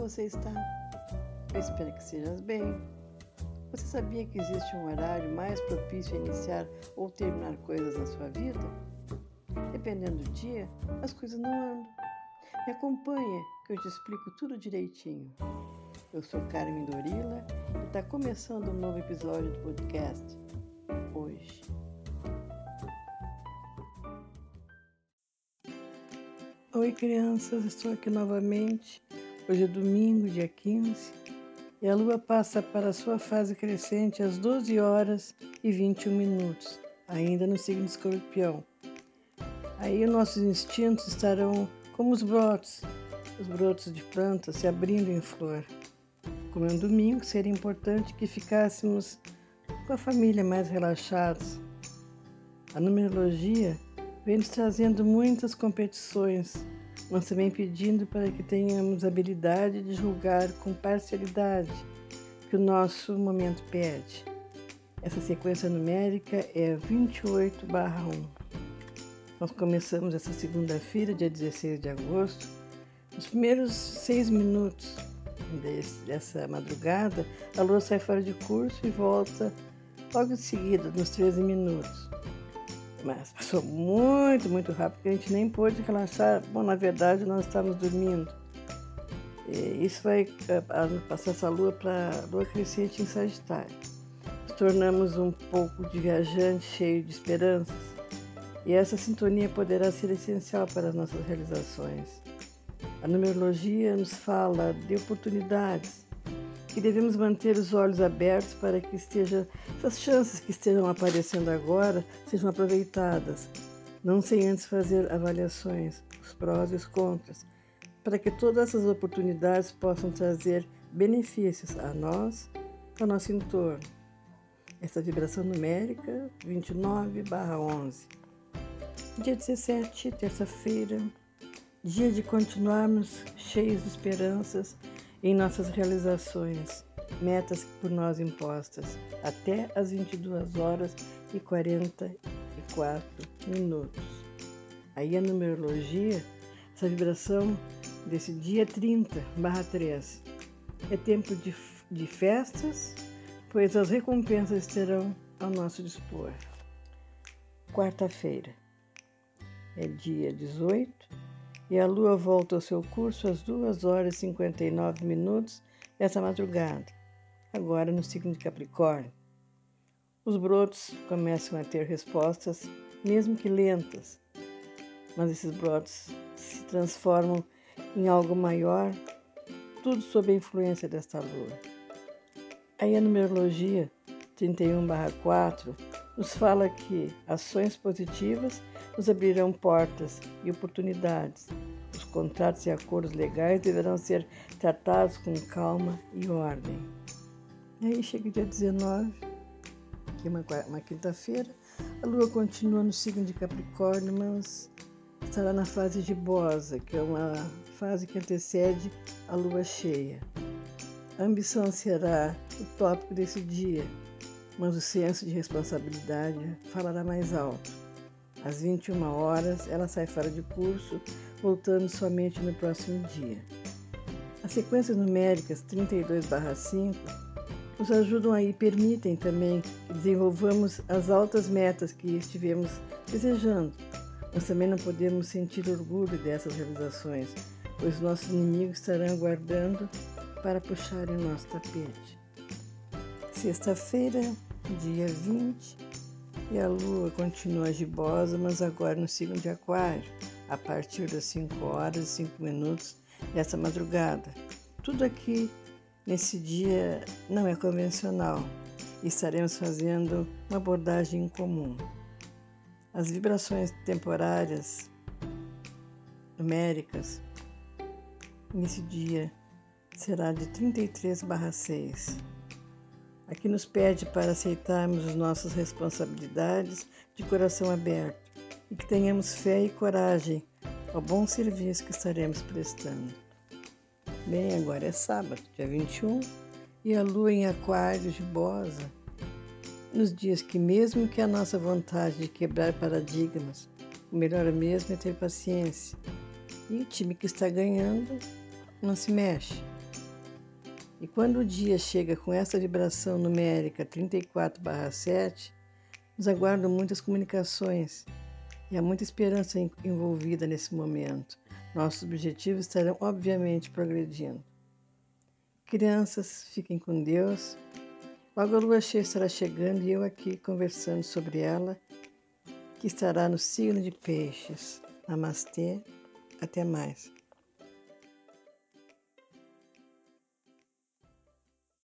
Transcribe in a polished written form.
você está? Eu espero que estejas bem. Você sabia que existe um horário mais propício a iniciar ou terminar coisas na sua vida? Dependendo do dia, as coisas não andam. Me acompanha que eu te explico tudo direitinho. Eu sou Carmen Dorila e está começando um novo episódio do podcast hoje. Oi crianças, estou aqui novamente. Hoje é domingo, dia 15, e a lua passa para a sua fase crescente às 12 horas e 21 minutos, ainda no signo de Escorpião. Aí os nossos instintos estarão como os brotos de plantas se abrindo em flor. Como é um domingo, seria importante que ficássemos com a família mais relaxados. A numerologia vem nos trazendo muitas competições, mas também pedindo para que tenhamos habilidade de julgar com parcialidade, que o nosso momento pede. Essa sequência numérica é 28/1. Nós começamos essa segunda-feira, dia 16 de agosto. Nos primeiros 6 minutos dessa madrugada, a lua sai fora de curso e volta logo em seguida, nos 13 minutos. Mas passou muito rápido, porque a gente nem pôde relaxar. Bom, na verdade, nós estávamos dormindo. Isso vai passar essa lua para a lua crescente em Sagitário. Nos tornamos um pouco de viajante, cheio de esperanças. E essa sintonia poderá ser essencial para as nossas realizações. A numerologia nos fala de oportunidades, que devemos manter os olhos abertos para que essas chances que estejam aparecendo agora sejam aproveitadas, não sem antes fazer avaliações, os prós e os contras, para que todas essas oportunidades possam trazer benefícios a nós e ao nosso entorno. Essa vibração numérica 29/11. Dia 17, terça-feira, dia de continuarmos cheios de esperanças em nossas realizações, metas por nós impostas, até às 22 horas e 44 minutos. Aí a numerologia, essa vibração desse dia 30/3, é tempo de festas, pois as recompensas estarão ao nosso dispor. Quarta-feira é dia 18, e a lua volta ao seu curso às 2 horas e 59 minutos dessa madrugada, agora no signo de Capricórnio. Os brotos começam a ter respostas, mesmo que lentas, mas esses brotos se transformam em algo maior, tudo sob a influência desta lua. Aí a numerologia 31/4 nos fala que ações positivas nos abrirão portas e oportunidades. Os contratos e acordos legais deverão ser tratados com calma e ordem. E aí chega o dia 19, que é uma quinta-feira, a lua continua no signo de Capricórnio, mas estará na fase gibosa, que é uma fase que antecede a lua cheia. A ambição será o tópico desse dia, mas o senso de responsabilidade falará mais alto. Às 21 horas, ela sai fora de curso, voltando somente no próximo dia. As sequências numéricas 32/5 nos ajudam e permitem também que desenvolvamos as altas metas que estivemos desejando, mas também não podemos sentir orgulho dessas realizações, pois nossos inimigos estarão aguardando para puxarem o nosso tapete. Sexta-feira, dia 20, e a lua continua gibosa, mas agora no signo de Aquário, a partir das 5 horas e 5 minutos dessa madrugada. Tudo aqui nesse dia não é convencional. Estaremos fazendo uma abordagem em comum. As vibrações temporárias numéricas nesse dia será de 33/6. Aqui nos pede para aceitarmos as nossas responsabilidades de coração aberto e que tenhamos fé e coragem ao bom serviço que estaremos prestando. Bem, agora é sábado, dia 21, e a lua em Aquário gibosa nos diz que mesmo que a nossa vontade de quebrar paradigmas, o melhor mesmo é ter paciência. E o time que está ganhando não se mexe. E quando o dia chega com essa vibração numérica 34/7, nos aguardam muitas comunicações e há muita esperança envolvida nesse momento. Nossos objetivos estarão, obviamente, progredindo. Crianças, fiquem com Deus. Logo a lua cheia estará chegando e eu aqui conversando sobre ela, que estará no signo de Peixes. Namastê, até mais.